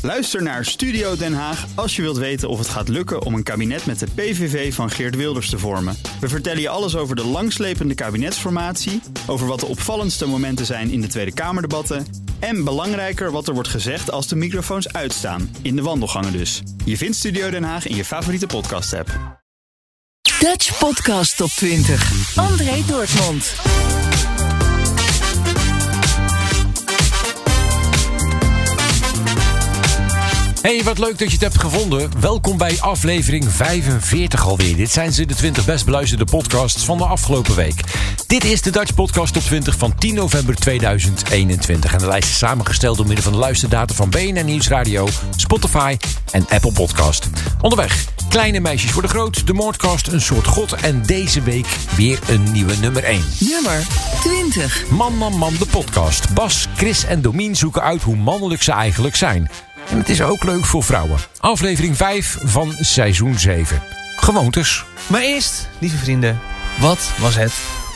Luister naar Studio Den Haag als je wilt weten of het gaat lukken om een kabinet met de PVV van Geert Wilders te vormen. We vertellen je alles over de langslepende kabinetsformatie, over wat de opvallendste momenten zijn in de Tweede Kamerdebatten en belangrijker wat er wordt gezegd als de microfoons uitstaan, in de wandelgangen dus. Je vindt Studio Den Haag in je favoriete podcast-app. Dutch Podcast Top 20. André Dortmund. Hey, wat leuk dat je het hebt gevonden. Welkom bij aflevering 45 alweer. Dit zijn ze, de 20 best beluisterde podcasts van de afgelopen week. Dit is de Dutch Podcast Top 20 van 10 november 2021. En de lijst is samengesteld door middel van de luisterdata van BNN Nieuwsradio, Spotify en Apple Podcast. Onderweg, kleine meisjes worden groot, de Moordcast, een soort god en deze week weer een nieuwe nummer 1. Nummer 20. Man, de podcast. Bas, Chris en Domien zoeken uit hoe mannelijk ze eigenlijk zijn. En het is ook leuk voor vrouwen. Aflevering 5 van seizoen 7. Gewoontes. Maar eerst, lieve vrienden, wat was het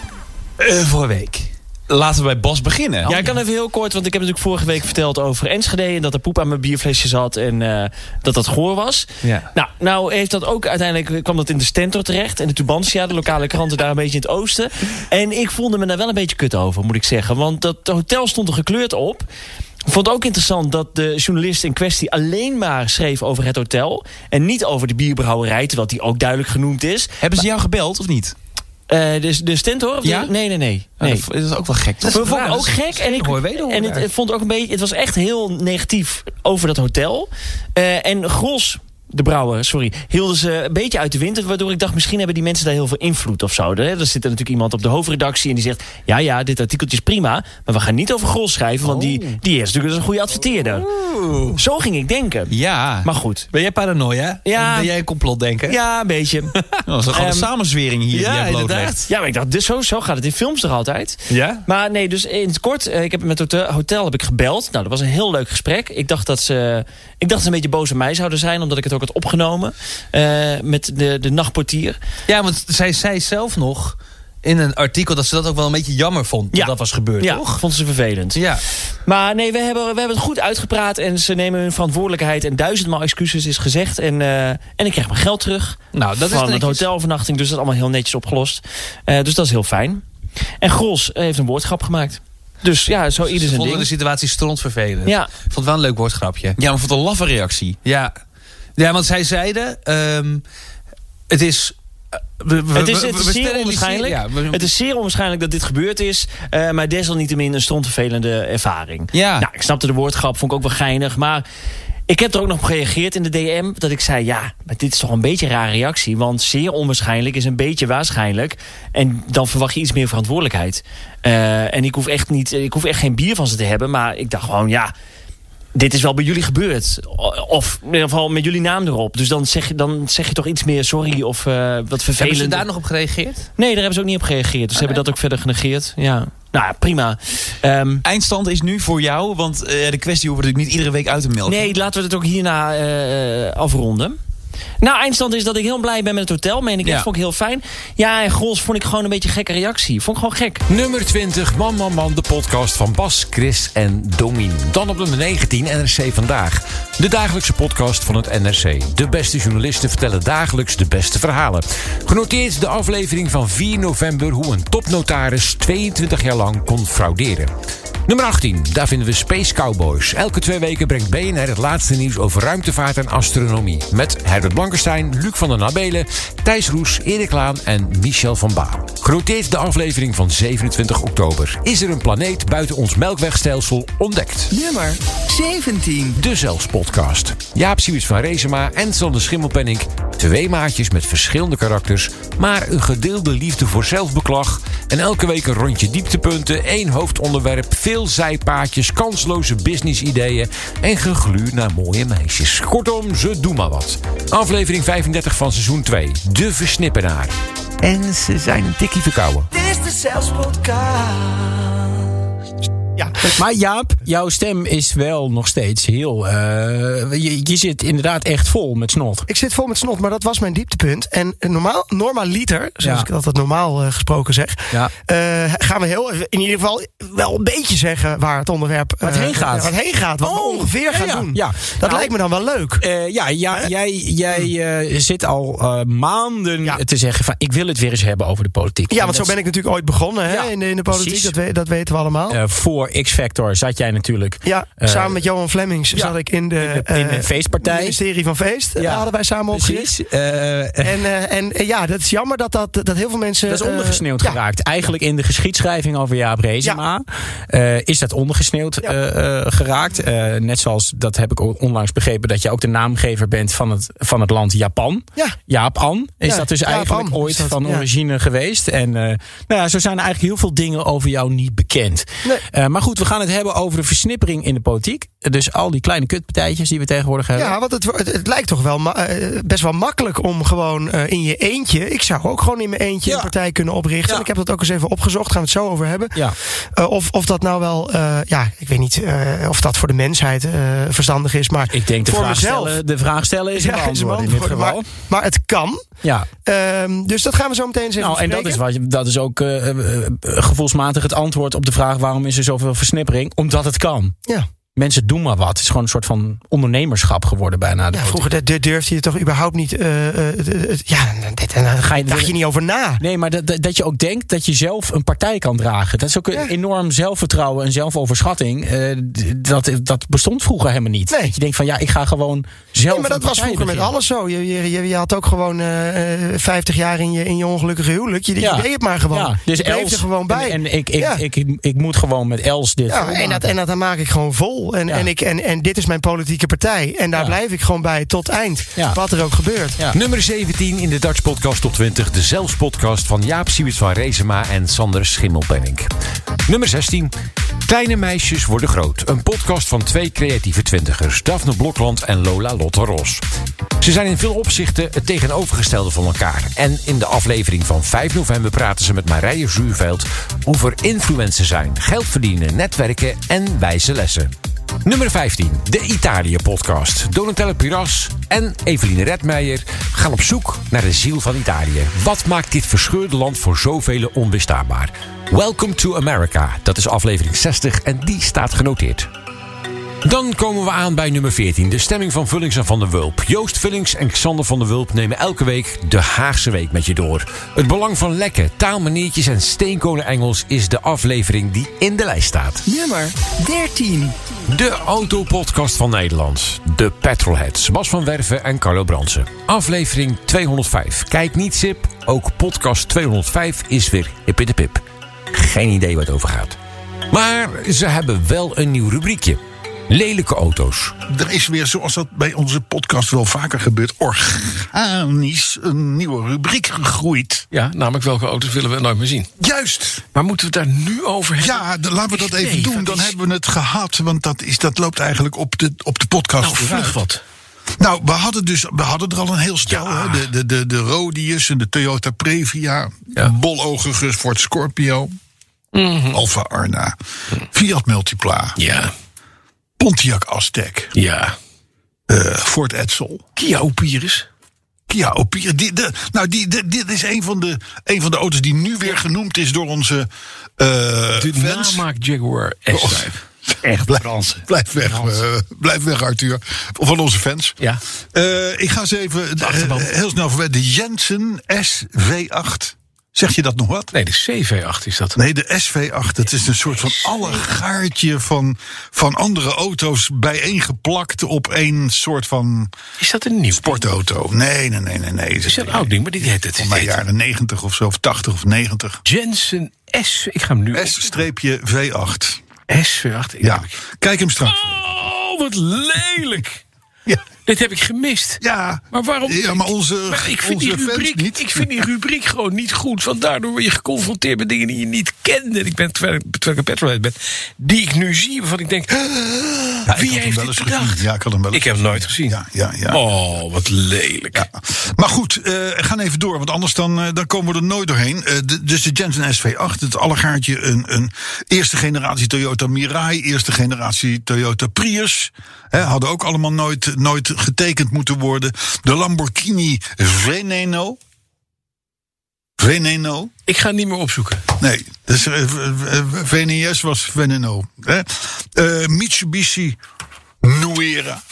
voor week? Laten we bij Bas beginnen. Ja, ik kan even heel kort, want ik heb natuurlijk vorige week verteld over Enschede en dat er poep aan mijn bierflesje zat en dat goor was. Ja. Nou heeft dat ook uiteindelijk, kwam dat in de Stentor terecht en de Tubantia, de lokale kranten daar een beetje in het oosten. En ik voelde me daar wel een beetje kut over, moet ik zeggen. Want dat hotel stond er gekleurd op. Ik vond het ook interessant dat de journalist in kwestie alleen maar schreef over het hotel en niet over de bierbrouwerij, terwijl die ook duidelijk genoemd is. Hebben ze jou gebeld of niet? De Stentor? Ja? Nee. Dat is ook wel gek. Dat vond ik ook gek. En ik vond ook een beetje, het was echt heel negatief over dat hotel. En Gros, de brouwer, hielden ze een beetje uit de winter, waardoor ik dacht, misschien hebben die mensen daar heel veel invloed of zo. Er zit er natuurlijk iemand op de hoofdredactie en die zegt, ja, dit artikeltje is prima, maar we gaan niet over Gros schrijven, want die is natuurlijk een goede adverteerder. Zo ging ik denken. Ja. Maar goed. Ben jij paranoia? Ja. Ben jij een complotdenker? Ja, een beetje. Dat is gewoon een samenzwering hier die jij blootlegt. Ja, maar ik dacht, dus zo gaat het in films toch altijd? Ja? Maar nee, dus in het kort, ik heb met het hotel gebeld. Nou, dat was een heel leuk gesprek. Ik dacht dat ze een beetje boos op mij zouden zijn, omdat ik het ook had opgenomen met de nachtportier. Ja, want zij zei zelf nog in een artikel dat ze dat ook wel een beetje jammer vond. Dat was gebeurd, toch? Ja, vond ze vervelend. Ja. Maar nee, we hebben het goed uitgepraat en ze nemen hun verantwoordelijkheid en 1000-maal excuses is gezegd. En ik krijg mijn geld terug. Nou, dat van is het hotelovernachting, dus dat is allemaal heel netjes opgelost. Dus dat is heel fijn. En Gros heeft een woordgrap gemaakt. Dus ja, zo ieder zijn ding. de situatie strontvervelend. Ja. Ik vond het wel een leuk woordgrapje. Ja, maar vond een laffe reactie. Ja, want zij zeiden, het is... Het is zeer onwaarschijnlijk. Het is zeer onwaarschijnlijk dat dit gebeurd is. Maar desalniettemin een strontvervelende ervaring. Ja. Nou, ik snapte de woordgrap, vond ik ook wel geinig. Maar ik heb er ook nog op gereageerd in de DM. Dat ik zei, ja, maar dit is toch een beetje een rare reactie. Want zeer onwaarschijnlijk is een beetje waarschijnlijk. En dan verwacht je iets meer verantwoordelijkheid. En ik hoef echt geen bier van ze te hebben. Maar ik dacht gewoon, ja, dit is wel bij jullie gebeurd. Of in ieder geval met jullie naam erop. Dus dan zeg je toch iets meer sorry of wat vervelend. Hebben ze daar nog op gereageerd? Nee, daar hebben ze ook niet op gereageerd. Dus ze hebben dat ook verder genegeerd. Ja. Nou, prima. Eindstand is nu voor jou, want de kwestie hoeven we natuurlijk niet iedere week uit te melden. Nee, laten we het ook hierna afronden. Nou, eindstand is dat ik heel blij ben met het hotel. Meen ik echt, vond ik heel fijn. Ja, en Gros vond ik gewoon een beetje een gekke reactie. Vond ik gewoon gek. Nummer 20, Man, de podcast van Bas, Chris en Domien. Dan op nummer 19, NRC Vandaag. De dagelijkse podcast van het NRC. De beste journalisten vertellen dagelijks de beste verhalen. Genoteerd de aflevering van 4 november... hoe een topnotaris 22 jaar lang kon frauderen. Nummer 18, daar vinden we Space Cowboys. Elke 2 weken brengt BNR het laatste nieuws over ruimtevaart en astronomie. Met Herbert Blankenstein, Luc van der Nabelen, Thijs Roes, Erik Laan en Michel van Baal. Genoteerd de aflevering van 27 oktober. Is er een planeet buiten ons melkwegstelsel ontdekt? Nummer 17. De Zelfs podcast. Jaap Siewits van Reesema en Sander Schimmelpenninck. 2 maatjes met verschillende karakters, maar een gedeelde liefde voor zelfbeklag. En elke week een rondje dieptepunten, 1 hoofdonderwerp, veel zijpaadjes, kansloze business-ideeën en gegluur naar mooie meisjes. Kortom, ze doen maar wat. Aflevering 35 van seizoen 2. De Versnippenaar. En ze zijn een tikkie verkouden. Dit is de Zelfs podcast. Ja, Maar Jaap, jouw stem is wel nog steeds heel... Je zit inderdaad echt vol met snot. Ik zit vol met snot, maar dat was mijn dieptepunt. En normaliter, zoals ik altijd normaal gesproken zeg... gaan we heel even, in ieder geval wel een beetje zeggen waar het onderwerp... Waar het heen gaat. Wat we ongeveer gaan doen. Ja. Dat lijkt me dan wel leuk. Jij zit al maanden te zeggen van... ik wil het weer eens hebben over de politiek. Ja, want zo ben ik natuurlijk ooit begonnen in de politiek. Dat weten we allemaal. Voor X-Factor zat jij natuurlijk... Ja, samen met Johan Flemmings zat ik in de feestpartij. Het ministerie van Feest. Daar hadden wij samen opgericht. Dat is jammer dat heel veel mensen... Dat is ondergesneeuwd geraakt. Eigenlijk in de geschiedschrijving over Jaap Reesema is dat ondergesneeuwd geraakt. Net zoals, dat heb ik onlangs begrepen... dat je ook de naamgever bent van het land Japan. Ja. Japan is dat dus eigenlijk ooit van origine geweest. En zo zijn er eigenlijk heel veel dingen over jou niet bekend. Nee. Maar goed, we gaan het hebben over de versnippering in de politiek. Dus al die kleine kutpartijtjes die we tegenwoordig hebben. Ja, want het lijkt toch wel best wel makkelijk om gewoon in je eentje... Ik zou ook gewoon in mijn eentje een partij kunnen oprichten. Ja. Ik heb dat ook eens even opgezocht. Gaan we het zo over hebben. Ja. Of dat nou wel... ik weet niet of dat voor de mensheid verstandig is. Maar ik denk de vraag stellen is een beantwoord in dit geval. Maar het kan. Ja. Dus dat gaan we zo meteen eens even bespreken. En dat is ook gevoelsmatig het antwoord op de vraag... waarom is er zoveel versnippering? Omdat het kan. Ja. Mensen doen maar wat. Het is gewoon een soort van ondernemerschap geworden bijna. Vroeger durfde je toch überhaupt niet... dacht je niet over na. Nee, maar dat je ook denkt dat je zelf een partij kan dragen. Dat is ook een enorm zelfvertrouwen en zelfoverschatting. Dat bestond vroeger helemaal niet. Nee. Dat je denkt van ik ga gewoon zelf. Nee, maar dat was vroeger beginnen. Met alles zo. Je had ook gewoon 50 jaar in je ongelukkige huwelijk. Je deed het maar gewoon. Ja, dus je bleef er gewoon bij. En ik moet gewoon met Els dit. Ja, en dat maak ik gewoon vol. En dit is mijn politieke partij. En daar blijf ik gewoon bij tot eind. Ja. Wat er ook gebeurt. Ja. Nummer 17 in de Dutch Podcast Top 20. De zelfspodcast van Jaap Siewits van Reesema en Sander Schimmelpenninck. Nummer 16. Kleine meisjes worden groot. Een podcast van 2 creatieve twintigers. Daphne Blokland en Lola Lotte Ros. Ze zijn in veel opzichten het tegenovergestelde van elkaar. En in de aflevering van 5 november praten ze met Marije Zuurveld over influencer zijn, geld verdienen, netwerken en wijze lessen. Nummer 15, de Italië-podcast. Donatella Piras en Eveline Redmeijer gaan op zoek naar de ziel van Italië. Wat maakt dit verscheurde land voor zoveel onbestaanbaar? Welcome to America, dat is aflevering 60 en die staat genoteerd. Dan komen we aan bij nummer 14, de stemming van Vullings en Van der Wulp. Joost Vullings en Xander van der Wulp nemen elke week de Haagse Week met je door. Het belang van lekken, taalmaniertjes en steenkolenengels is de aflevering die in de lijst staat. Nummer 13. De autopodcast van Nederland. De Petrolheads, Bas van Werven en Carlo Bransen. Aflevering 205. Kijk niet Sip, ook podcast 205 is weer hip in de pip. Geen idee waar het over gaat. Maar ze hebben wel een nieuw rubriekje. Lelijke auto's. Er is weer, zoals dat bij onze podcast wel vaker gebeurt, organisch een nieuwe rubriek gegroeid. Ja, namelijk welke auto's willen we nooit meer zien. Juist. Maar moeten we het daar nu over hebben? Ja, laten we dat even doen. Dan hebben we het gehad, want dat loopt eigenlijk op de podcast. Nou, vlug wat. Nou, we hadden er al een heel stel. Ja. Hè? De Rodius en de Toyota Previa. Ja. Bologige Ford Scorpio. Mm-hmm. Alfa Arna. Fiat Multipla. Ja. Pontiac Aztek. Ja. Ford Edsel. Kia Opirus. Dit is een van de auto's die nu weer genoemd is door onze de fans. namaak Jaguar S5. Echt blijf weg, Arthur. Van onze fans. Ja. Ik ga eens even heel snel voorbij. De Jensen SV8. Zeg je dat nog wat? Nee, de CV8 is dat. Nee, de SV8. Het is een soort van allegaartje van andere auto's bijeengeplakt op één soort van... Is dat een nieuw sportauto? Nee. Is dat een oud ding? Maar die heet het. Van de jaren 90 of zo, of 80 of 90. Jensen S. Ik ga hem nu... S-V8. SV8. Ja, kijk hem straks. Oh, wat lelijk. Ja. Dit heb ik gemist. Ja, maar waarom? Ja, maar ik vind die rubriek gewoon niet goed. Want daardoor word je geconfronteerd met dingen die je niet kende. Terwijl ik een petrolhead ben, die ik nu zie, waarvan ik denk... wie heeft dit bedacht? Ja, ik had hem wel eens Ik heb hem nooit gezien. Ja. Oh, wat lelijk. Ja. Maar goed, gaan even door, want anders dan komen we er nooit doorheen. Dus de Jensen SV8, het allegaartje, een eerste generatie Toyota Mirai, eerste generatie Toyota Prius. Hadden ook allemaal nooit getekend moeten worden. De Lamborghini Veneno. Ik ga het niet meer opzoeken. Nee, dus VNS was Veneno. Mitsubishi Nuera.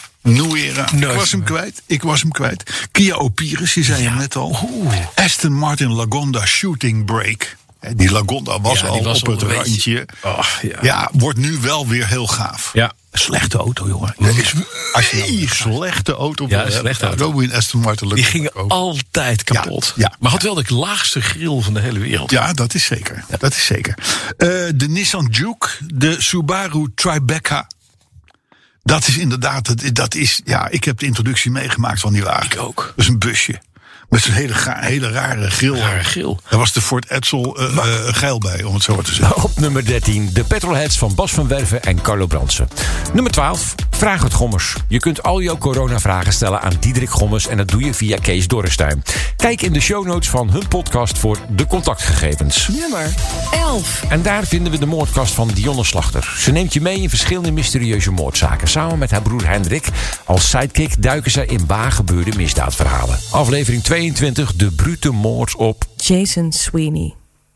Ik was hem kwijt. Kia Opirus, die zei je net al. Aston Martin Lagonda Shooting Brake. Die Lagonda was al op het randje. Ja, wordt nu wel weer heel gaaf. Ja. Slechte auto, jongen. Als je een slechte auto wil hebben, dan moet je een Aston Martin Lagonda. Die gingen altijd kapot. Ja. Maar had wel de laagste grill van de hele wereld. Ja, dat is zeker. De Nissan Juke, de Subaru Tribeca. Dat is inderdaad, ik heb de introductie meegemaakt van die wagen. Ik ook. Dat is een busje. Met zo'n hele rare grill. Daar was de Ford Edsel geil bij, om het zo maar te zeggen. Op nummer 13, de Petrolheads van Bas van Werven en Carlo Brandsen. Nummer 12, Vraag het Gommers. Je kunt al jouw coronavragen stellen aan Diederik Gommers en dat doe je via Kees Dorrestein. Kijk in de show notes van hun podcast voor de contactgegevens. Nummer 11. En daar vinden we de moordkast van Dionne Slachter. Ze neemt je mee in verschillende mysterieuze moordzaken. Samen met haar broer Hendrik als sidekick duiken zij in waargebeurde misdaadverhalen. Aflevering 22, de brute moord op Jason Sweeney.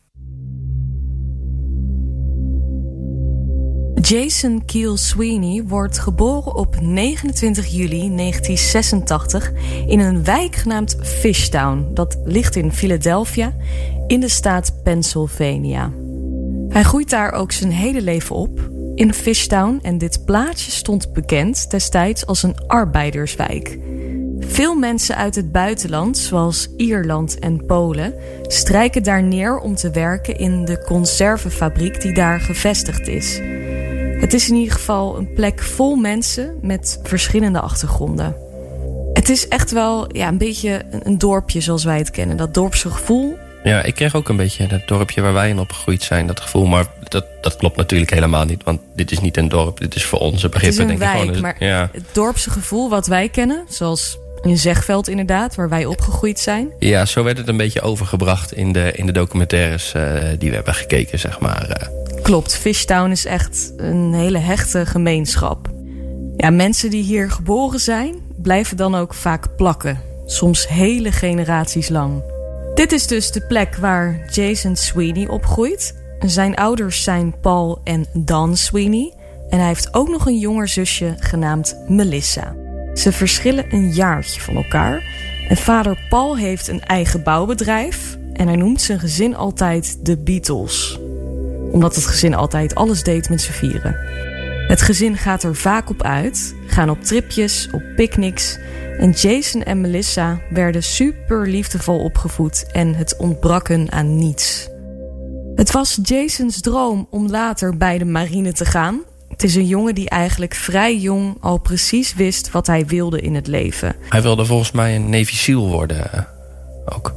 Jason Keel Sweeney wordt geboren op 29 juli 1986 in een wijk genaamd Fishtown. Dat ligt in Philadelphia in de staat Pennsylvania. Hij groeit daar ook zijn hele leven op in Fishtown en dit plaatsje stond bekend destijds als een arbeiderswijk. Veel mensen uit het buitenland, zoals Ierland en Polen, strijken daar neer om te werken in de conservenfabriek die daar gevestigd is. Het is in ieder geval een plek vol mensen met verschillende achtergronden. Het is echt wel een beetje een dorpje zoals wij het kennen. Dat dorpse gevoel. Ja, ik kreeg ook een beetje het dorpje waar wij in opgegroeid zijn, dat gevoel. Maar dat klopt natuurlijk helemaal niet. Want dit is niet een dorp, dit is voor onze begrippen denk ik gewoon. Het is een wijk, maar het dorpse gevoel wat wij kennen, zoals in Zegveld inderdaad, waar wij opgegroeid zijn. Ja, zo werd het een beetje overgebracht in de documentaires die we hebben gekeken, zeg maar. Klopt, Fishtown is echt een hele hechte gemeenschap. Ja, mensen die hier geboren zijn, blijven dan ook vaak plakken. Soms hele generaties lang. Dit is dus de plek waar Jason Sweeney opgroeit. Zijn ouders zijn Paul en Dawn Sweeney. En hij heeft ook nog een jonger zusje genaamd Melissa. Ze verschillen een jaartje van elkaar. En vader Paul heeft een eigen bouwbedrijf. En hij noemt zijn gezin altijd de Beatles. Omdat het gezin altijd alles deed met z'n vieren. Het gezin gaat er vaak op uit, gaan op tripjes, op picknicks. En Jason en Melissa werden super liefdevol opgevoed en het ontbrak hun aan niets. Het was Jasons droom om later bij de marine te gaan. Het is een jongen die eigenlijk vrij jong al precies wist wat hij wilde in het leven. Hij wilde volgens mij een Navy SEAL worden ook.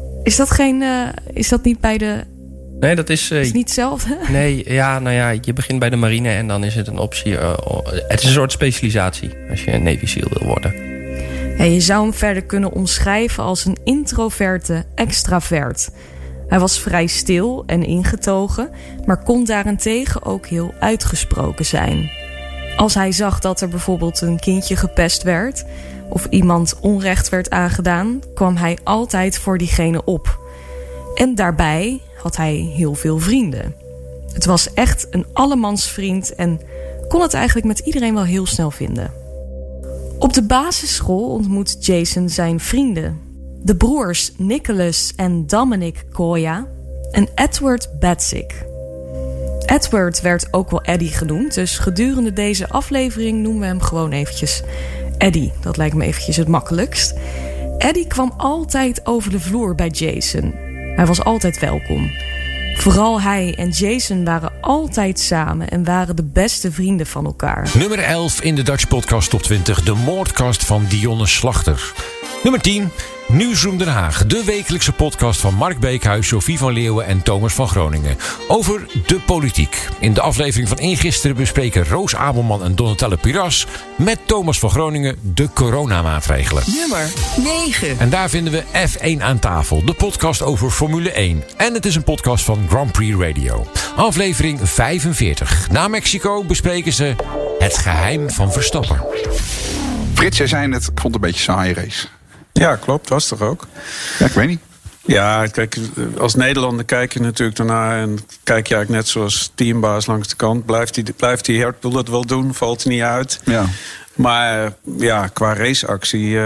Is dat niet bij de... Nee, dat is niet hetzelfde? Nee, je begint bij de marine en dan is het een optie. Het is een soort specialisatie als je een Navy SEAL wil worden. Ja, je zou hem verder kunnen omschrijven als een introverte extravert. Hij was vrij stil en ingetogen, maar kon daarentegen ook heel uitgesproken zijn. Als hij zag dat er bijvoorbeeld een kindje gepest werd of iemand onrecht werd aangedaan, kwam hij altijd voor diegene op. En daarbij had hij heel veel vrienden. Het was echt een allemansvriend en kon het eigenlijk met iedereen wel heel snel vinden. Op de basisschool ontmoet Jason zijn vrienden. De broers Nicholas en Dominic Koya en Edward Batzik. Edward werd ook wel Eddie genoemd, dus gedurende deze aflevering noemen we hem gewoon eventjes Eddie. Dat lijkt me eventjes het makkelijkst. Eddie kwam altijd over de vloer bij Jason. Hij was altijd welkom. Vooral hij en Jason waren altijd samen en waren de beste vrienden van elkaar. Nummer 11 in de Dutch Podcast Top 20. De moordkast van Dionne Slachter. Nummer 10. Nieuwsroom Den Haag. De wekelijkse podcast van Mark Beekhuis, Sophie van Leeuwen en Thomas van Groningen. Over de politiek. In de aflevering van eergisteren bespreken Roos Abelman en Donatelle Piras met Thomas van Groningen de coronamaatregelen. Nummer 9. En daar vinden we F1 aan tafel. De podcast over Formule 1. En het is een podcast van Grand Prix Radio. Aflevering 45. Na Mexico bespreken ze het geheim van Verstappen. Frits, jij zei net, ik vond het een beetje een saaie race. Ja, klopt. Was toch ook? Ja, ik weet niet. Ja, kijk, als Nederlander kijk je natuurlijk daarna en kijk je eigenlijk net zoals teambaas langs de kant. Blijft die Red Bull dat wel doen? Valt hij niet uit? Ja. Maar ja, qua raceactie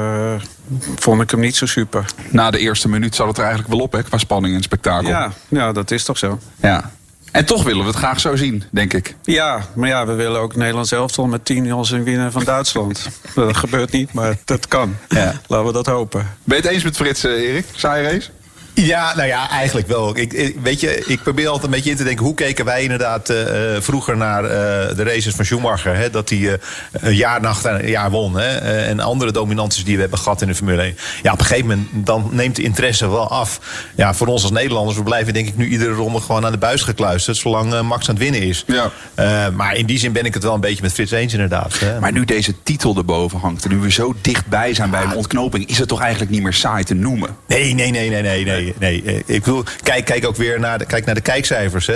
vond ik hem niet zo super. Na de eerste minuut zat het er eigenlijk wel op, hè, qua spanning en spektakel. Ja, dat is toch zo. Ja. En toch willen we het graag zo zien, denk ik. Ja, maar ja, we willen ook Nederlands elftal met 10-0 winnen van Duitsland. Dat gebeurt niet, maar dat kan. Ja. Laten we dat hopen. Ben je het eens met Frits, Erik? Saaie race? Ja, nou ja, eigenlijk wel. Ik probeer altijd een beetje in te denken, hoe keken wij inderdaad vroeger naar de races van Schumacher. Hè, dat hij jaar na jaar won. Hè, en andere dominanties die we hebben gehad in de Formule 1. Ja, op een gegeven moment dan neemt de interesse wel af. Ja, voor ons als Nederlanders, we blijven denk ik nu iedere ronde gewoon aan de buis gekluisterd. Zolang Max aan het winnen is. Ja. Maar in die zin ben ik het wel een beetje met Frits eens inderdaad. Hè. Maar nu deze titel erboven hangt en nu we zo dichtbij zijn bij een ontknoping, is het toch eigenlijk niet meer saai te noemen? Nee. Ik wil, kijk ook weer naar de kijkcijfers.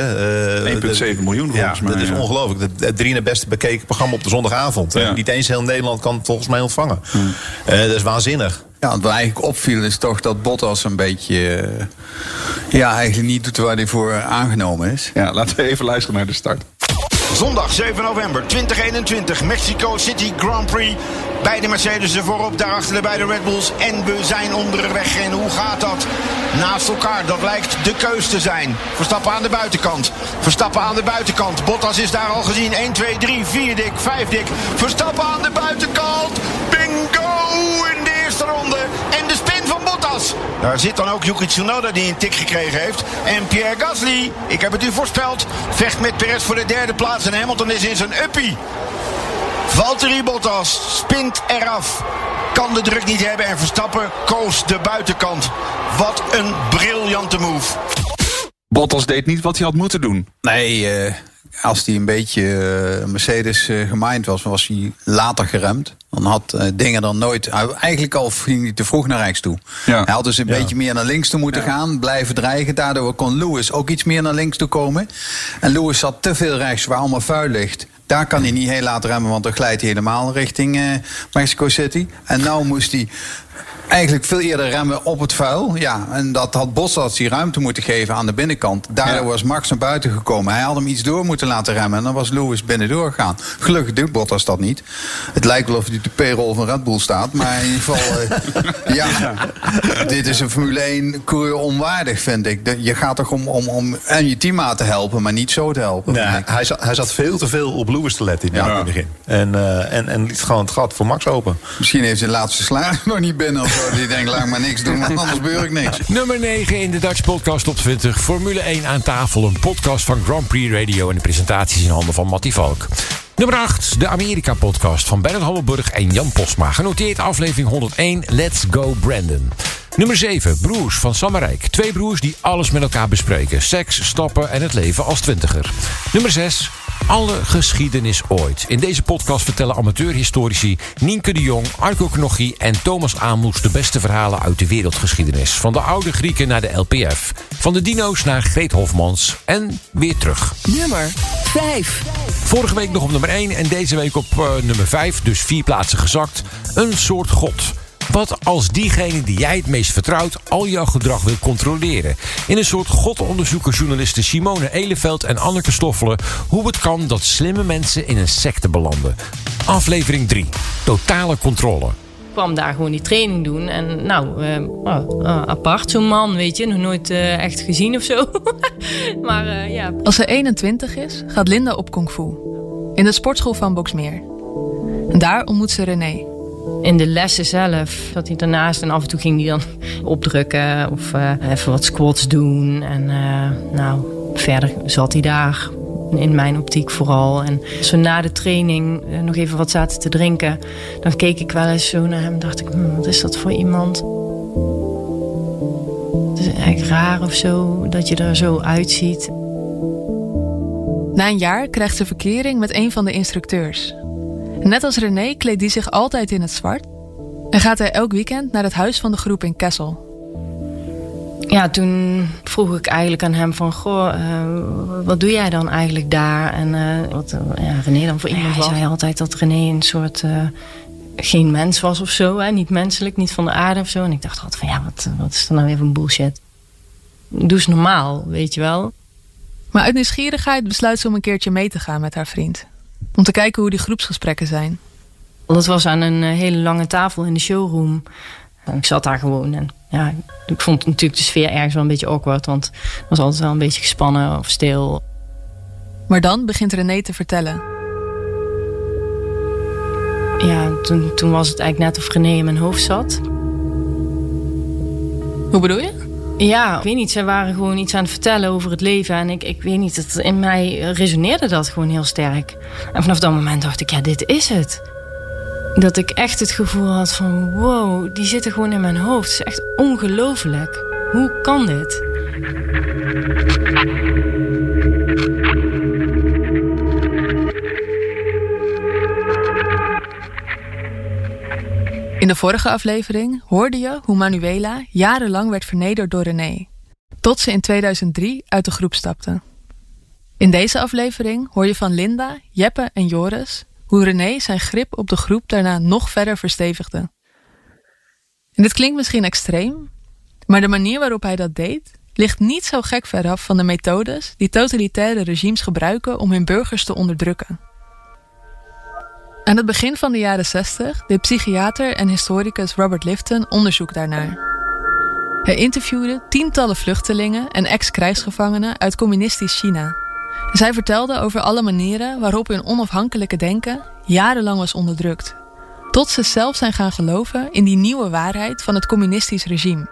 1,7 miljoen volgens mij. Dat is ongelooflijk. Het 3e beste bekeken programma op de zondagavond. Ja. Niet eens heel Nederland kan het volgens mij ontvangen. Dat is waanzinnig. Ja, wat eigenlijk opviel is toch dat Bottas een beetje eigenlijk niet doet waar hij voor aangenomen is. Ja, laten we even luisteren naar de start. Zondag 7 november 2021, Mexico City Grand Prix. Beide Mercedes'en voorop, daarachter de beide Red Bulls. En we zijn onderweg. En hoe gaat dat? Naast elkaar, dat lijkt de keus te zijn. Verstappen aan de buitenkant. Bottas is daar al gezien. 1, 2, 3, 4 dik, 5 dik. Verstappen aan de buitenkant. Bingo in de eerste ronde. En de spin van Bottas. Daar zit dan ook Yuki Tsunoda die een tik gekregen heeft. En Pierre Gasly, ik heb het u voorspeld, vecht met Perez voor de 3e plaats. En Hamilton is in zijn uppie. Valtteri Bottas spint eraf. Kan de druk niet hebben en Verstappen koos de buitenkant. Wat een briljante move. Bottas deed niet wat hij had moeten doen. Nee, als hij een beetje Mercedes gemind was hij later geremd. Dan had dingen dan nooit. Eigenlijk al ging hij te vroeg naar rechts toe. Ja. Hij had dus een beetje meer naar links toe moeten gaan. Blijven dreigen. Daardoor kon Lewis ook iets meer naar links toe komen. En Lewis zat te veel rechts waar allemaal vuil ligt. Daar kan hij niet heel laat remmen, want dan glijdt hij helemaal richting Mexico City. En nou moest hij eigenlijk veel eerder remmen op het vuil. Ja, en dat had Bottas die ruimte moeten geven aan de binnenkant. Daardoor was Max naar buiten gekomen. Hij had hem iets door moeten laten remmen en dan was Lewis binnendoor gegaan. Gelukkig doet Bottas dat niet. Het lijkt wel of hij op de payroll van Red Bull staat. Maar in ieder geval, dit is een Formule 1 coureur onwaardig, vind ik. Je gaat toch om en je teammaat te helpen, maar niet zo te helpen. Nee, hij zat veel te veel op Lewis te letten in het begin. En liet gewoon het gat voor Max open. Misschien heeft hij de laatste slager nog niet binnen of zo. Die denkt, laat maar niks doen, want anders beur ik niks. Nummer 9 in de Dutch Podcast Top 20. Formule 1 aan tafel. Een podcast van Grand Prix Radio. En de presentaties in handen van Mattie Valk. Nummer 8, de Amerika-podcast van Bernard Hammelburg en Jan Posma. Genoteerd aflevering 101, Let's Go Brandon. Nummer 7, Broers van Sammerijk. 2 broers die alles met elkaar bespreken. Seks, stappen en het leven als 20er. Nummer 6, alle geschiedenis ooit. In deze podcast vertellen amateurhistorici Nienke de Jong, Arco Knochie en Thomas Aalmoes de beste verhalen uit de wereldgeschiedenis. Van de oude Grieken naar de LPF. Van de dino's naar Greet Hofmans. En weer terug. Nummer 5. Vorige week nog op nummer 1 en deze week op nummer 5. Dus 4 plaatsen gezakt. Een soort god. Wat als diegene die jij het meest vertrouwt al jouw gedrag wil controleren? In een soort god onderzoeken journalisten Simone Eleveld en Anneke Stoffelen hoe het kan dat slimme mensen in een secte belanden. Aflevering 3. Totale controle. Ik kwam daar gewoon die training doen en apart zo'n man, weet je, nog nooit echt gezien of zo. Maar ja. Als ze 21 is, gaat Linda op kung fu. In de sportschool van Boxmeer. En daar ontmoet ze René. In de lessen zelf zat hij ernaast en af en toe ging hij dan opdrukken of even wat squats doen. En verder zat hij daar In mijn optiek vooral. En als we na de training nog even wat zaten te drinken, dan keek ik wel eens zo naar hem en dacht ik, wat is dat voor iemand? Het is echt raar of zo, dat je er zo uitziet. Na een jaar krijgt ze verkering met een van de instructeurs. Net als René kleedt die zich altijd in het zwart en gaat hij elk weekend naar het huis van de groep in Kessel. Ja, toen vroeg ik eigenlijk aan hem van, wat doe jij dan eigenlijk daar? En wat René dan voor iemand was. Hij zei altijd dat René een soort geen mens was of zo. Hè? Niet menselijk, niet van de aarde of zo. En ik dacht altijd van, wat is er nou weer van bullshit? Doe eens normaal, weet je wel. Maar uit nieuwsgierigheid besluit ze om een keertje mee te gaan met haar vriend. Om te kijken hoe die groepsgesprekken zijn. Dat was aan een hele lange tafel in de showroom. En ik zat daar gewoon en ja, ik vond natuurlijk de sfeer ergens wel een beetje awkward. Want het was altijd wel een beetje gespannen of stil. Maar dan begint René te vertellen. Ja, toen was het eigenlijk net of René in mijn hoofd zat. Hoe bedoel je? Ja, ik weet niet. Ze waren gewoon iets aan het vertellen over het leven. En ik weet niet, in mij resoneerde dat gewoon heel sterk. En vanaf dat moment dacht ik, ja, dit is het. Dat ik echt het gevoel had van, wow, die zitten gewoon in mijn hoofd. Het is echt ongelooflijk. Hoe kan dit? In de vorige aflevering hoorde je hoe Manuela jarenlang werd vernederd door René. Tot ze in 2003 uit de groep stapte. In deze aflevering hoor je van Linda, Jeppe en Joris hoe René zijn grip op de groep daarna nog verder verstevigde. En dit klinkt misschien extreem, maar de manier waarop hij dat deed ligt niet zo gek ver af van de methodes die totalitaire regimes gebruiken om hun burgers te onderdrukken. Aan het begin van de jaren 60 deed psychiater en historicus Robert Lifton onderzoek daarnaar. Hij interviewde tientallen vluchtelingen en ex-krijgsgevangenen uit communistisch China. En zij vertelde over alle manieren waarop hun onafhankelijke denken jarenlang was onderdrukt. Tot ze zelf zijn gaan geloven in die nieuwe waarheid van het communistisch regime.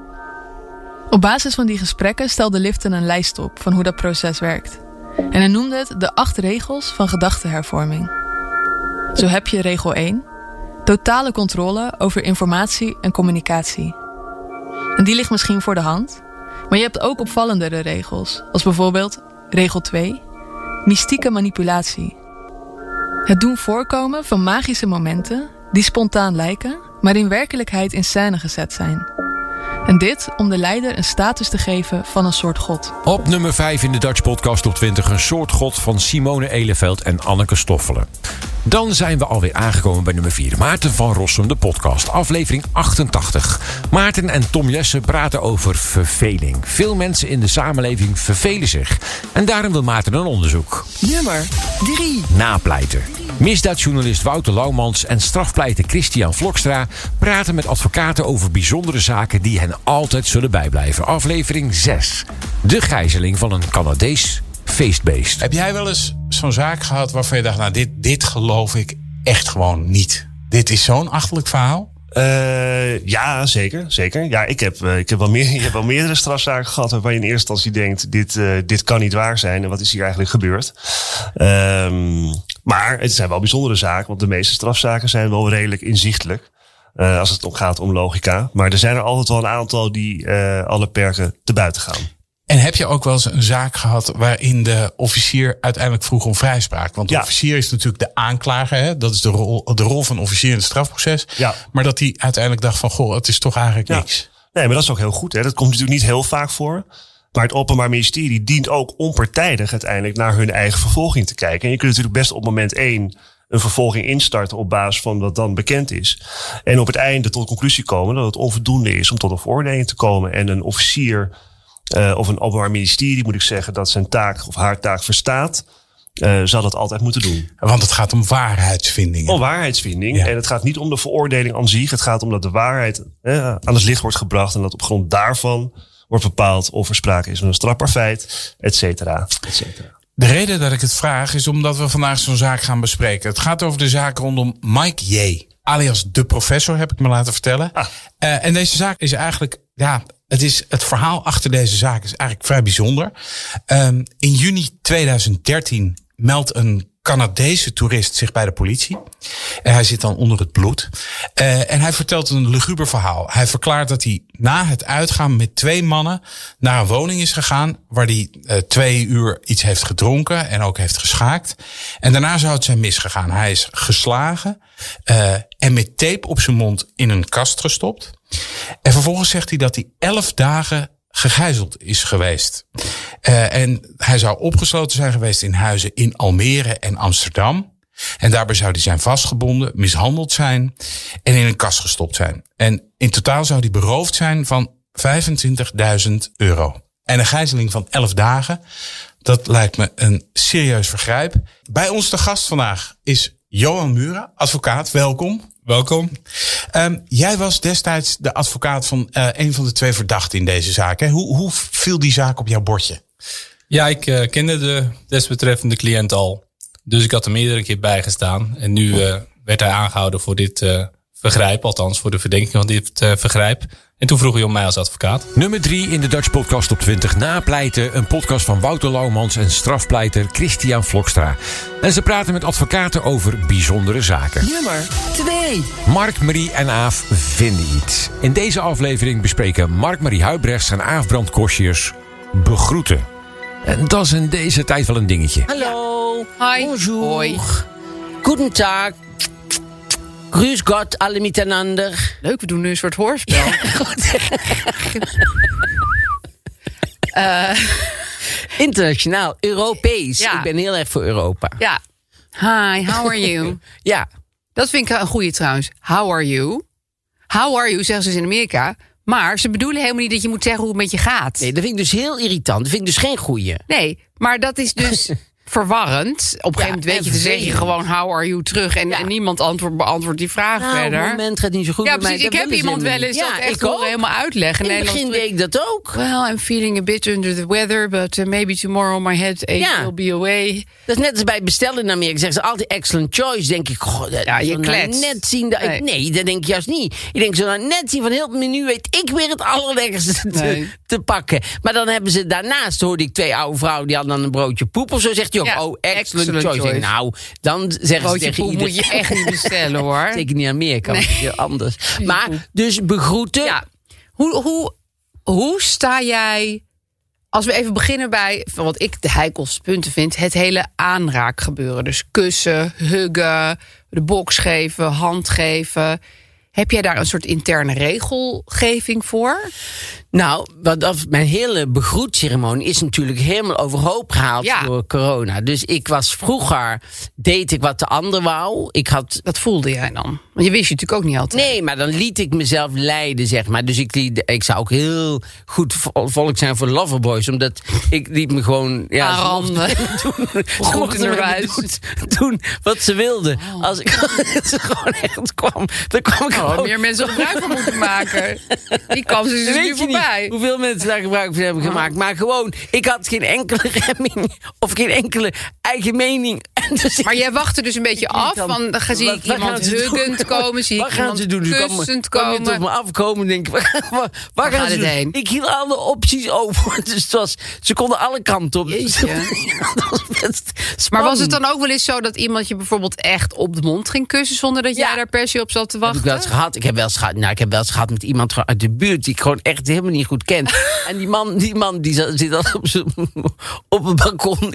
Op basis van die gesprekken stelde Lifton een lijst op van hoe dat proces werkt. En hij noemde het de 8 regels van gedachtehervorming. Zo heb je regel 1, totale controle over informatie en communicatie. En die ligt misschien voor de hand, maar je hebt ook opvallendere regels, als bijvoorbeeld regel 2, mystieke manipulatie. Het doen voorkomen van magische momenten die spontaan lijken, maar in werkelijkheid in scène gezet zijn. En dit om de leider een status te geven van een soort god. Op nummer 5 in de Dutch Podcast Top 20 een soort god van Simone Eleveld en Anneke Stoffelen. Dan zijn we alweer aangekomen bij nummer 4. Maarten van Rossum, de podcast, aflevering 88. Maarten en Tom Jessen praten over verveling. Veel mensen in de samenleving vervelen zich. En daarom wil Maarten een onderzoek. Nummer 3. Napleiter. Misdaadjournalist Wouter Laumans en strafpleiter Christian Vlokstra praten met advocaten over bijzondere zaken die hen altijd zullen bijblijven. Aflevering 6. De gijzeling van een Canadees feestbeest. Heb jij wel eens zo'n zaak gehad waarvan je dacht, nou dit geloof ik echt gewoon niet. Dit is zo'n achterlijk verhaal? Ja, zeker. Ja, ik heb wel meerdere strafzaken gehad waarvan je in eerste instantie denkt, dit kan niet waar zijn en wat is hier eigenlijk gebeurd. Maar het zijn wel bijzondere zaken, want de meeste strafzaken zijn wel redelijk inzichtelijk. Als het gaat om logica. Maar er zijn er altijd wel een aantal die alle perken te buiten gaan. En heb je ook wel eens een zaak gehad waarin de officier uiteindelijk vroeg om vrijspraak? Want de officier is natuurlijk de aanklager. Hè? Dat is de rol van officier in het strafproces. Ja. Maar dat hij uiteindelijk dacht van, goh, het is toch eigenlijk niks. Nee, maar dat is ook heel goed. Hè? Dat komt natuurlijk niet heel vaak voor. Maar het Openbaar Ministerie dient ook onpartijdig uiteindelijk naar hun eigen vervolging te kijken. En je kunt natuurlijk best op moment 1 een vervolging instarten op basis van wat dan bekend is. En op het einde tot de conclusie komen dat het onvoldoende is om tot een veroordeling te komen. En een officier of een Openbaar Ministerie, moet ik zeggen, dat zijn taak of haar taak verstaat, zal dat altijd moeten doen. Want het gaat om waarheidsvinding. Om waarheidsvinding. Ja. En het gaat niet om de veroordeling aan zich. Het gaat om dat de waarheid aan het licht wordt gebracht en dat op grond daarvan wordt bepaald of er sprake is van een strafbaar feit, et cetera, et cetera. De reden dat ik het vraag is omdat we vandaag zo'n zaak gaan bespreken. Het gaat over de zaak rondom Mike J. Alias de professor, heb ik me laten vertellen. En deze zaak is eigenlijk Het verhaal achter deze zaak is eigenlijk vrij bijzonder. In juni 2013 meldt een Canadese toerist zich bij de politie. En hij zit dan onder het bloed. En hij vertelt een luguber verhaal. Hij verklaart dat hij na het uitgaan met 2 mannen naar een woning is gegaan, waar hij 2 uur iets heeft gedronken en ook heeft geschaakt. En daarna zou het zijn misgegaan. Hij is geslagen en met tape op zijn mond in een kast gestopt. En vervolgens zegt hij dat hij 11 dagen gegijzeld is geweest. En hij zou opgesloten zijn geweest in huizen in Almere en Amsterdam. En daarbij zou hij zijn vastgebonden, mishandeld zijn en in een kast gestopt zijn. En in totaal zou hij beroofd zijn van €25.000. En een gijzeling van 11 dagen, dat lijkt me een serieus vergrijp. Bij ons de gast vandaag is Johan Mura, advocaat. Welkom. Welkom. Jij was destijds de advocaat van een van de 2 verdachten in deze zaak. Hè? Hoe viel die zaak op jouw bordje? Ja, ik kende de desbetreffende cliënt al. Dus ik had er meerdere keer bij gestaan. En nu werd hij aangehouden voor dit vergrijp. Althans, voor de verdenking van dit vergrijp. En toen vroeg hij om mij als advocaat. Nummer 3 in de Dutch Podcast Top 20 Napleiten. Een podcast van Wouter Laumans en strafpleiter Christian Vlokstra. En ze praten met advocaten over bijzondere zaken. Nummer 2. Mark, Marie en Aaf vinden iets. In deze aflevering bespreken Mark, Marie Huibrechts en Aaf Brand Kosjes begroeten. En dat is in deze tijd wel een dingetje. Hallo. Hi. Bonjour. Hoi. Guten Tag. Grüß Gott, alle miteinander. Leuk, we doen nu een soort hoorspel. Ja, internationaal, Europees. Ja. Ik ben heel erg voor Europa. Ja. Hi, how are you? Ja. Dat vind ik een goeie trouwens. How are you? How are you, zeggen ze in Amerika. Maar ze bedoelen helemaal niet dat je moet zeggen hoe het met je gaat. Nee, dat vind ik dus heel irritant. Dat vind ik dus geen goeie. Nee, maar dat is dus verwarrend. Op een gegeven moment weet je, dan zeg je gewoon how are you terug. En niemand beantwoordt die vraag verder. Op het moment gaat niet zo goed. Ja, precies. Ik heb iemand wel eens dat echt helemaal uitleggen. In het begin deed ik dat ook. Well, I'm feeling a bit under the weather. But maybe tomorrow my headache will be away. Dat is net als bij bestellen in Amerika. Zeggen ze altijd excellent choice. Denk ik, je klets. Net zien dat nee, dat denk ik juist niet. Ik denk zo net zien van heel het menu weet ik weer het allerlekkerste te pakken. Maar dan hebben ze daarnaast, hoorde ik 2 oude vrouwen die hadden dan een broodje poep of zo. Zegt hij ook, excellent choice. Nou, dan zeggen ze tegen iedereen. Moet je echt niet bestellen, hoor. Zeker niet in Amerika, maar heel anders. Maar, dus begroeten. Ja. Hoe sta jij, als we even beginnen bij, wat ik de heikelste punten vind, het hele aanraakgebeuren. Dus kussen, huggen, de box geven, hand geven. Heb jij daar een soort interne regelgeving voor? Nou, mijn hele begroetceremonie is natuurlijk helemaal overhoop gehaald door corona. Dus deed ik wat de ander wou. Wat voelde jij dan? Want je wist je natuurlijk ook niet altijd. Nee, maar dan liet ik mezelf leiden, zeg maar. Dus ik zou ook heel goed volk zijn voor Loverboys. Omdat ik liet me gewoon aanranden. Doen wat ze wilden. Als ik ze gewoon echt kwam, dan kwam ik gewoon. Meer mensen gebruik van moeten maken. Die kans is dus nu voorbij. Hoeveel mensen daar gebruik van hebben gemaakt. Maar gewoon, ik had geen enkele remming of geen enkele eigen mening. Dus maar jij wachtte dus een beetje af. Van, zie ik iemand huggend komen, zie ik iemand kussend komen. Kwam je tot me afkomen, denk ik, waar gaan ze het heen? Ik hield alle opties open. Dus ze konden alle kanten op. Maar was het dan ook wel eens zo dat iemand je bijvoorbeeld echt op de mond ging kussen zonder dat jij daar per se op zat te wachten? Heb ik wel eens gehad. Ik heb wel eens gehad met iemand uit de buurt die ik gewoon echt helemaal niet goed ken. En die man die zit dan op een balkon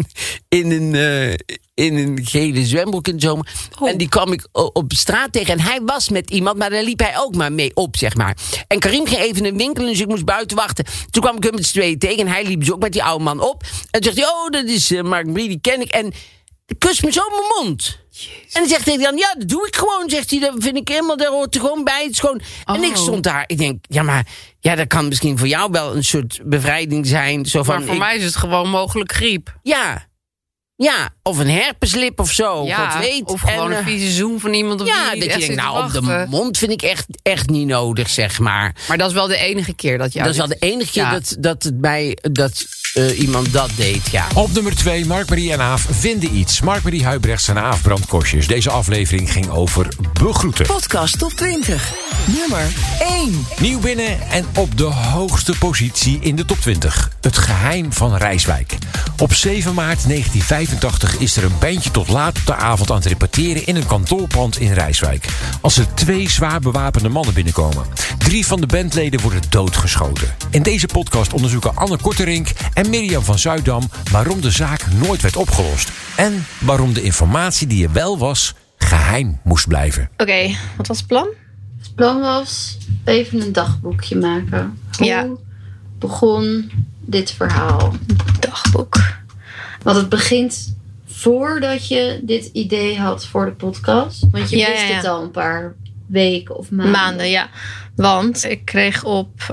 in een gele zwembroek in de zomer. En die kwam ik op straat tegen. En hij was met iemand, maar daar liep hij ook maar mee op, zeg maar. En Karim ging even in een winkel, dus ik moest buiten wachten. Toen kwam ik hem met z'n tweeën tegen. En hij liep dus ook met die oude man op. En toen zegt hij, dat is Mark Marie, die ken ik. En kust me zo op mijn mond. Jezus. En dan zegt hij dan, dat doe ik gewoon. Zegt hij, dat vind ik helemaal, daar hoort er gewoon bij. Het is gewoon. En ik stond daar, ik denk, dat kan misschien voor jou wel een soort bevrijding zijn. Zo van, maar voor mij is het gewoon mogelijk griep. Ja, of een herpeslip of zo. Ja, God weet. of gewoon een vieze zoen van iemand. Of dat je denkt, op de mond vind ik echt niet nodig, zeg maar. Maar dat is wel de enige keer dat is wel de enige keer dat iemand dat deed, ja. Op nummer 2, Mark, Marie en Aaf vinden iets. Mark, Marie Huibrechts en Aaf Brand Kosjes. Deze aflevering ging over begroeten. Podcast Top 20. Nummer 1. Nieuw binnen en op de hoogste positie in de top 20. Het geheim van Rijswijk. Op 7 maart 1985 is er een bandje tot laat op de avond aan het repeteren in een kantoorpand in Rijswijk. Als er 2 zwaar bewapende mannen binnenkomen. 3 van de bandleden worden doodgeschoten. In deze podcast onderzoeken Anne Korterink en Mirjam van Zuidam waarom de zaak nooit werd opgelost. En waarom de informatie die er wel was geheim moest blijven. Oké, wat was het plan? Het plan was even een dagboekje maken. Hoe begon dit verhaal? Dagboek. Want het begint voordat je dit idee had voor de podcast. Want je wist het al een paar weken of maanden. Ja. Want ik kreeg op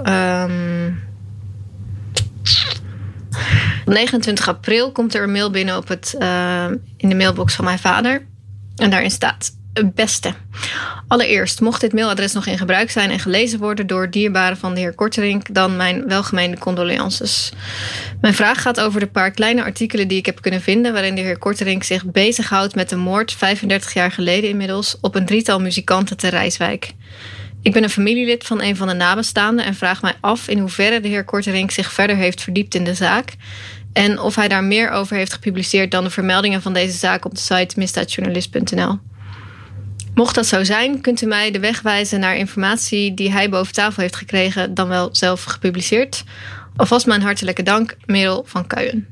29 april komt er een mail binnen op in de mailbox van mijn vader. En daarin staat: beste. Allereerst, mocht dit mailadres nog in gebruik zijn en gelezen worden door dierbaren van de heer Korterink, dan mijn welgemeende condolences. Mijn vraag gaat over de paar kleine artikelen die ik heb kunnen vinden, waarin de heer Korterink zich bezighoudt met de moord 35 jaar geleden inmiddels op een 3-tal muzikanten te Rijswijk. Ik ben een familielid van een van de nabestaanden en vraag mij af in hoeverre de heer Korterink zich verder heeft verdiept in de zaak en of hij daar meer over heeft gepubliceerd dan de vermeldingen van deze zaak op de site misdaadjournalist.nl. Mocht dat zo zijn, kunt u mij de weg wijzen naar informatie die hij boven tafel heeft gekregen, dan wel zelf gepubliceerd. Alvast mijn hartelijke dank, Merel van Kuijen.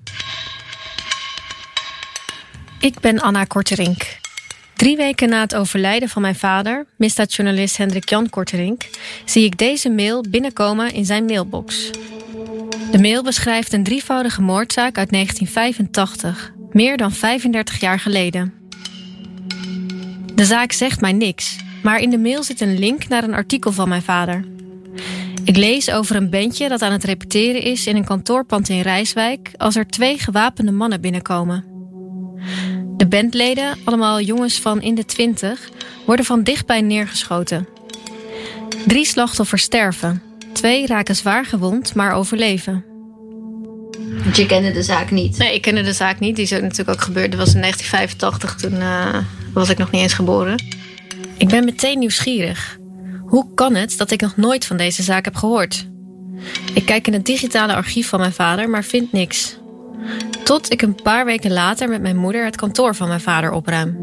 Ik ben Anna Korterink. 3 weken na het overlijden van mijn vader, misdaadjournalist Hendrik Jan Korterink, zie ik deze mail binnenkomen in zijn mailbox. De mail beschrijft een 3-voudige moordzaak uit 1985, meer dan 35 jaar geleden. De zaak zegt mij niks, maar in de mail zit een link naar een artikel van mijn vader. Ik lees over een bandje dat aan het repeteren is in een kantoorpand in Rijswijk als er 2 gewapende mannen binnenkomen. De bandleden, allemaal jongens van in de 20, worden van dichtbij neergeschoten. 3 slachtoffers sterven. 2 raken zwaar gewond, maar overleven. Want je kende de zaak niet? Nee, ik kende de zaak niet. Die is ook natuurlijk ook gebeurd. Dat was in 1985, toen was ik nog niet eens geboren. Ik ben meteen nieuwsgierig. Hoe kan het dat ik nog nooit van deze zaak heb gehoord? Ik kijk in het digitale archief van mijn vader, maar vind niks. Tot ik een paar weken later met mijn moeder het kantoor van mijn vader opruim.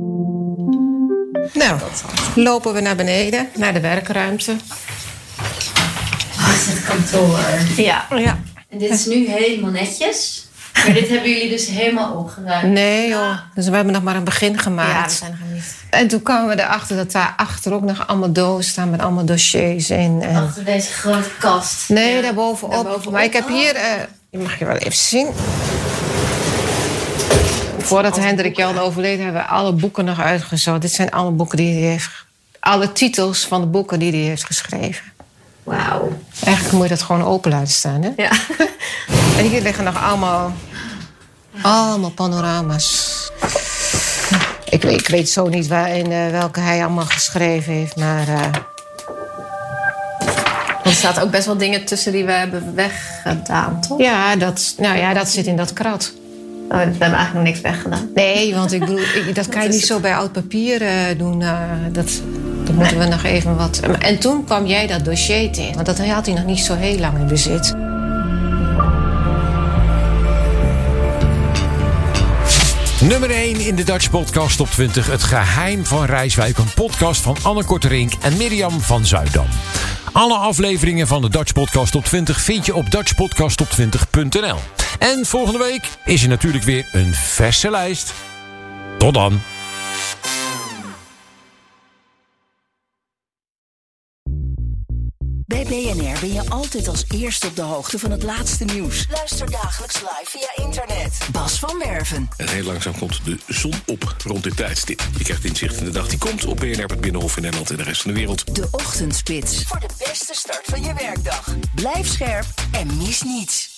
Nou, lopen we naar beneden, naar de werkruimte. Dit is het kantoor. Ja. En dit is nu helemaal netjes. Maar dit hebben jullie dus helemaal opgeruimd. Nee joh, dus we hebben nog maar een begin gemaakt. Ja, we zijn nog niet. En toen kwamen we erachter dat daar achter ook nog allemaal dozen staan met allemaal dossiers in. En... achter deze grote kast. Nee, daarbovenop. Maar ik heb hier, die mag je wel even zien. Voordat Hendrik Jan overleed hebben we alle boeken nog uitgezocht. Dit zijn alle boeken die hij heeft... alle titels van de boeken die hij heeft geschreven. Wauw. Eigenlijk moet je dat gewoon open laten staan, hè? Ja. En hier liggen nog allemaal panorama's. Ik weet zo niet welke hij allemaal geschreven heeft, maar... Er staat ook best wel dingen tussen die we hebben weggedaan, toch? Ja, dat zit in dat krat. We hebben eigenlijk nog niks weggedaan. Nee, want ik bedoel, dat kan je niet zo bij oud papier doen. Dat moeten we nog even wat... En toen kwam jij dat dossier tegen. Want dat had hij nog niet zo heel lang in bezit. Nummer 1 in de Dutch Podcast Top 20. Het geheim van Rijswijk. Een podcast van Anne Korterink en Mirjam van Zuidam. Alle afleveringen van de Dutch Podcast Top 20 vind je op dutchpodcasttop20.nl. En volgende week is er natuurlijk weer een verse lijst. Tot dan. Bij BNR ben je altijd als eerste op de hoogte van het laatste nieuws. Luister dagelijks live via internet. Bas van Werven. En heel langzaam komt de zon op rond dit tijdstip. Je krijgt inzicht in de dag die komt op BNR, het Binnenhof in Nederland en de rest van de wereld. De Ochtendspits. Voor de beste start van je werkdag. Blijf scherp en mis niets.